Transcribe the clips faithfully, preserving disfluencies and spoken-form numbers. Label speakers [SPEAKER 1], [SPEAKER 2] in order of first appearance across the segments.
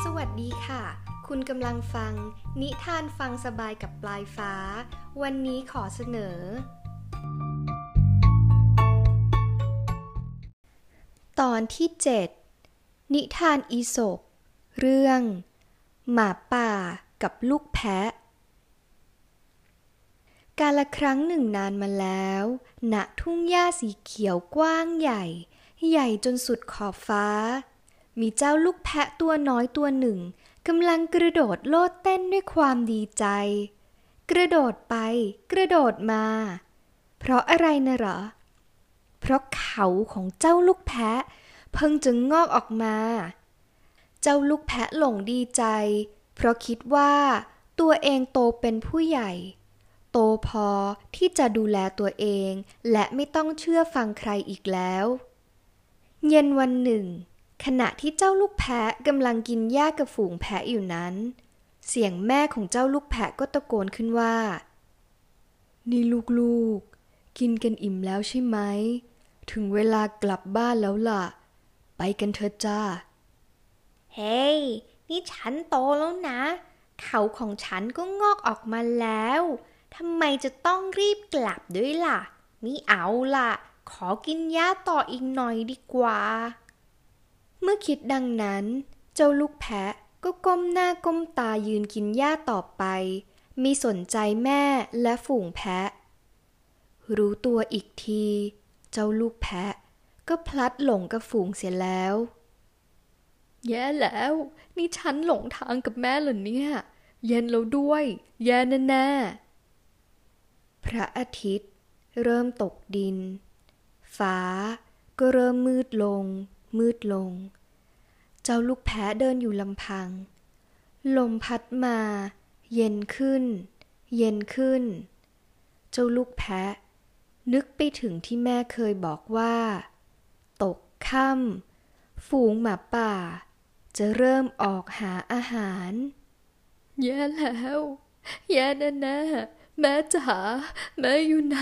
[SPEAKER 1] สวัสดีค่ะคุณกำลังฟังนิทานฟังสบายกับปลายฟ้าวันนี้ขอเสนอตอนที่เจ็ดนิทานอีสปเรื่องหมาป่ากับลูกแพะกาลครั้งหนึ่งนานมาแล้วณทุ่งหญ้าสีเขียวกว้างใหญ่ใหญ่จนสุดขอบฟ้ามีเจ้าลูกแพะตัวน้อยตัวหนึ่งกำลังกระโดดโลดเต้นด้วยความดีใจกระโดดไปกระโดดมาเพราะอะไรนะเหรอเพราะเขาของเจ้าลูกแพะเพิ่งจะงอกออกมาเจ้าลูกแพะหลงดีใจเพราะคิดว่าตัวเองโตเป็นผู้ใหญ่โตพอที่จะดูแลตัวเองและไม่ต้องเชื่อฟังใครอีกแล้วเย็นวันหนึ่งขณะที่เจ้าลูกแพะกำลังกินหญ้ากับฝูงแพะอยู่นั้นเสียงแม่ของเจ้าลูกแพะก็ตะโกนขึ้นว่านี่ลูกๆกินกันอิ่มแล้วใช่ไหมถึงเวลากลับบ้านแล้วล่ะไปกันเถอะจ้า
[SPEAKER 2] เฮ้ย นี่ฉันโตแล้วนะเขาของฉันก็งอกออกมาแล้วทำไมจะต้องรีบกลับด้วยล่ะมิเอาล่ะขอกินหญ้าต่ออีกหน่อยดีกว่า
[SPEAKER 1] เมื่อคิดดังนั้นเจ้าลูกแพะก็ก้มหน้าก้มตายืนกินหญ้าต่อไปมิสนใจแม่และฝูงแพะรู้ตัวอีกทีเจ้าลูกแพะก็พลัดหลงกับฝูงเสียแล้วแย่แล้วนี่ฉันหลงทางกับแม่เหรอเนี่ยเย็นแล้วด้วยแย่แน่ๆพระอาทิตย์เริ่มตกดินฟ้าก็เริ่มมืดลงมืดลงเจ้าลูกแพะเดินอยู่ลำพังลมพัดมาเย็นขึ้นเย็นขึ้นเจ้าลูกแพะนึกไปถึงที่แม่เคยบอกว่าตกค่ำฝูงหมาป่าจะเริ่มออกหาอาหารแย่แล้วแย่แน่ๆแม่จ๋าแม่อยู่ไหน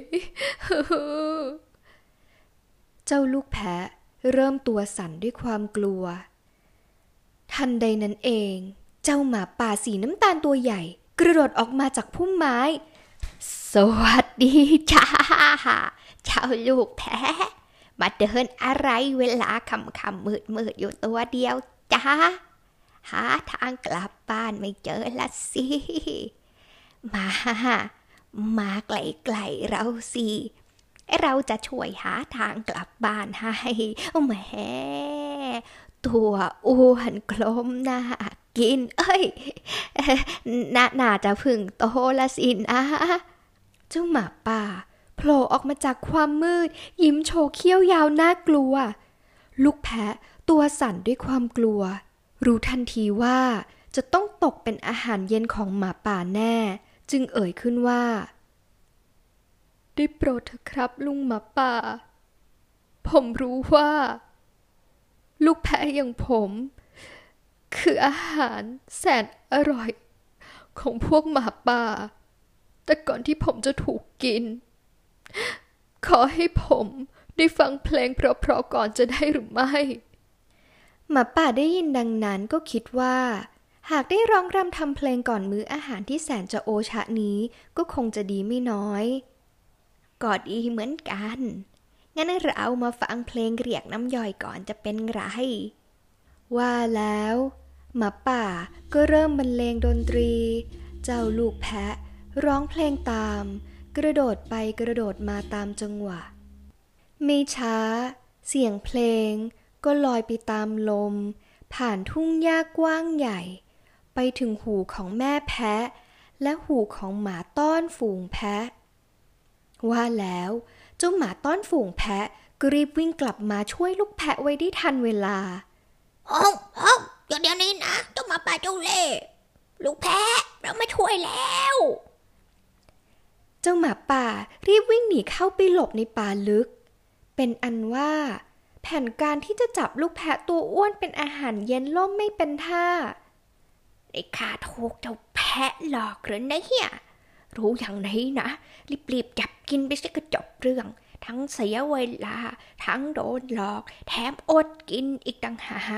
[SPEAKER 1] เจ้าลูกแพะเริ่มตัวสั่นด้วยความกลัวทันใดนั้นเองเจ้าหมาป่าสีน้ำตาลตัวใหญ่กระโดดออกมาจากพุ่มไม้
[SPEAKER 2] สวัสดีจ้าเจ้าลูกแพะมาเดินอะไรเวลาค่ำๆมืดๆอยู่ตัวเดียวจ้าหาทางกลับบ้านไม่เจอละสิมามาไกลๆเราสิเราจะช่วยหาทางกลับบ้านให้แหมตัวอ้วนกลมน่ากินเอ้ยน่าน่าจะพึ่งโตละสินะ
[SPEAKER 1] เจ้าหมาป่าโผล่ออกมาจากความมืดยิ้มโชว์เขี้ยวยาวน่ากลัวลูกแพะตัวสั่นด้วยความกลัวรู้ทันทีว่าจะต้องตกเป็นอาหารเย็นของหมาป่าแน่จึงเอ่ยขึ้นว่าได้โปรดเถอะครับลุงหมาป่าผมรู้ว่าลูกแพะอย่างผมคืออาหารแสนอร่อยของพวกหมาป่าแต่ก่อนที่ผมจะถูกกินขอให้ผมได้ฟังเพลงเพราะๆก่อนจะได้หรือไม่หมาป่าได้ยินดังนั้นก็คิดว่าหากได้ร้องรำทำเพลงก่อนมื้ออาหารที่แสนจะโอชะนี้ก็คงจะดีไม่น้อย
[SPEAKER 2] ก็ดีเหมือนกันงั้นเรามาฟังเพลงเรียกน้ำย่อยก่อนจะเป็นไร
[SPEAKER 1] ว่าแล้วหมาป่าก็เริ่มบรรเลงดนตรีเจ้าลูกแพะร้องเพลงตามกระโดดไปกระโดดมาตามจังหวะไม่ช้าเสียงเพลงก็ลอยไปตามลมผ่านทุ่งหญ้ากว้างใหญ่ไปถึงหูของแม่แพะและหูของหมาต้อนฝูงแพะว่าแล้วเจ้าหมาต้อนฝูงแพะก็รีบวิ่งกลับมาช่วยลูกแพะไว้ได้ทันเวลา
[SPEAKER 2] ห้องห้องเดี๋ยวนี้นะเจ้าหมาป่าเจ้าเล่ห์ลูกแพะเรามาช่วยแล้ว
[SPEAKER 1] เจ้าหมาป่ารีบวิ่งหนีเข้าไปหลบในป่าลึกเป็นอันว่าแผนการที่จะจับลูกแพะตัวอ้วนเป็นอาหารเย็นล่มไม่เป็นท่า
[SPEAKER 2] ไอ้ข้าถูกเจ้าแพะหลอกหรือนะเฮียรู้อย่างไรนะรีบๆจับกินไปสิก็จบเรื่องทั้งเสียเวลาทั้งโดนหลอกแถมอดกินอีกต่างหาก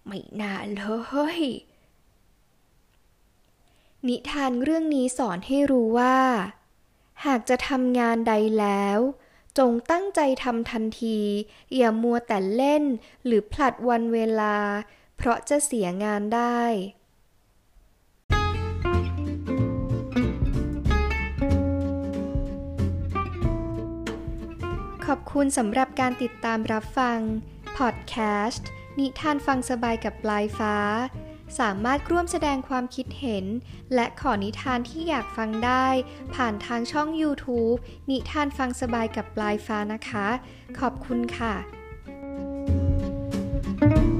[SPEAKER 2] ไม่น่าเลย
[SPEAKER 1] นิทานเรื่องนี้สอนให้รู้ว่า หากจะทำงานใดแล้วจงตั้งใจทำทันทีอย่ามัวแต่เล่นหรือผลัดวันเวลาเพราะจะเสียงานได้ขอบคุณสำหรับการติดตามรับฟังพอดแคสต์นิทานฟังสบายกับปลายฟ้าสามารถร่วมแสดงความคิดเห็นและขอนิทานที่อยากฟังได้ผ่านทางช่อง YouTube นิทานฟังสบายกับปลายฟ้านะคะขอบคุณค่ะ